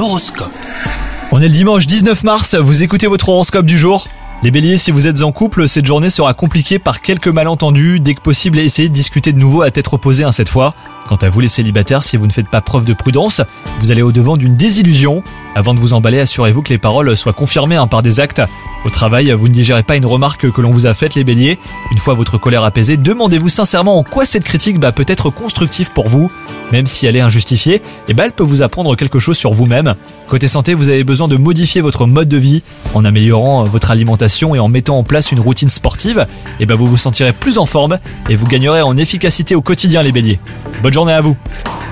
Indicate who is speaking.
Speaker 1: L'horoscope.
Speaker 2: On est le dimanche 19 mars, vous écoutez votre horoscope du jour. Les béliers, si vous êtes en couple, cette journée sera compliquée par quelques malentendus. Dès que possible, essayez de discuter de nouveau à tête reposée cette fois. Quant à vous les célibataires, si vous ne faites pas preuve de prudence, vous allez au-devant d'une désillusion. Avant de vous emballer, assurez-vous que les paroles soient confirmées par des actes. Au travail, vous ne digérez pas une remarque que l'on vous a faite les béliers. Une fois votre colère apaisée, demandez-vous sincèrement en quoi cette critique peut être constructive pour vous. Même si elle est injustifiée, elle peut vous apprendre quelque chose sur vous-même. Côté santé, vous avez besoin de modifier votre mode de vie. En améliorant votre alimentation et en mettant en place une routine sportive, vous vous sentirez plus en forme et vous gagnerez en efficacité au quotidien les béliers. Bonne journée à vous.